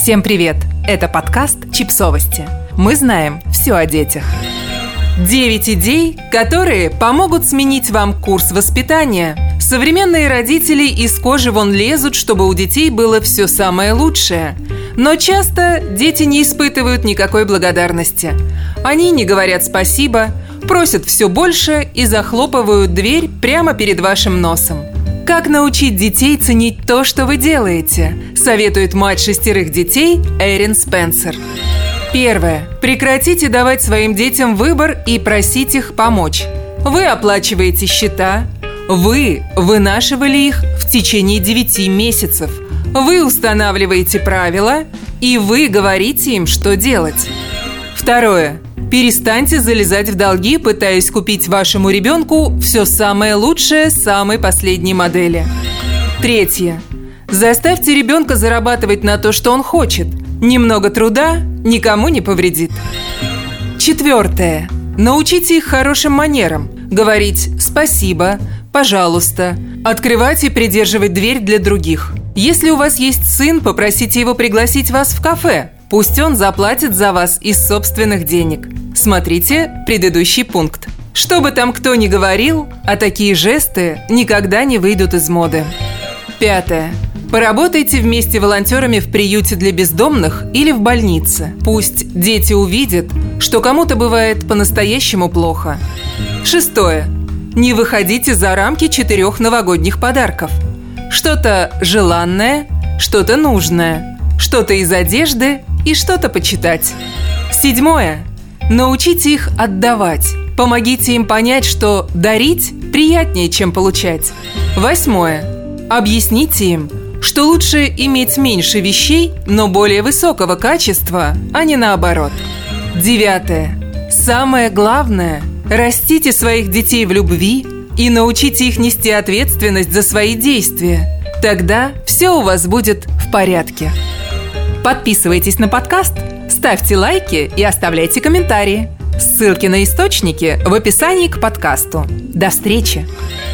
Всем привет! Это подкаст «Чипсовости». Мы знаем все о детях. 9 идей, которые помогут сменить вам курс воспитания. Современные родители из кожи вон лезут, чтобы у детей было все самое лучшее. Но часто дети не испытывают никакой благодарности. Они не говорят спасибо, просят все больше и захлопывают дверь прямо перед вашим носом. Как научить детей ценить то, что вы делаете? Советует мать 6 детей Эрин Спенсер. Первое. Прекратите давать своим детям выбор и просить их помочь. Вы оплачиваете счета. Вы вынашивали их в течение 9 месяцев. Вы устанавливаете правила. И вы говорите им, что делать. Второе. Перестаньте залезать в долги, пытаясь купить вашему ребенку все самое лучшее самой последней модели. Третье. Заставьте ребенка зарабатывать на то, что он хочет. Немного труда никому не повредит. Четвертое. Научите их хорошим манерам. Говорить «спасибо», «пожалуйста», открывать и придерживать дверь для других. Если у вас есть сын, попросите его пригласить вас в кафе. Пусть он заплатит за вас из собственных денег. Смотрите предыдущий пункт. Что бы там кто ни говорил, а такие жесты никогда не выйдут из моды. Пятое. Поработайте вместе волонтерами в приюте для бездомных или в больнице. Пусть дети увидят, что кому-то бывает по-настоящему плохо. Шестое. Не выходите за рамки 4 новогодних подарков. Что-то желанное, что-то нужное, что-то из одежды и что-то почитать. Седьмое. Научите их отдавать. Помогите им понять, что дарить приятнее, чем получать. Восьмое. Объясните им, что лучше иметь меньше вещей, но более высокого качества, а не наоборот. Девятое. Самое главное – растите своих детей в любви и научите их нести ответственность за свои действия. Тогда все у вас будет в порядке. Подписывайтесь на подкаст, ставьте лайки и оставляйте комментарии. Ссылки на источники в описании к подкасту. До встречи!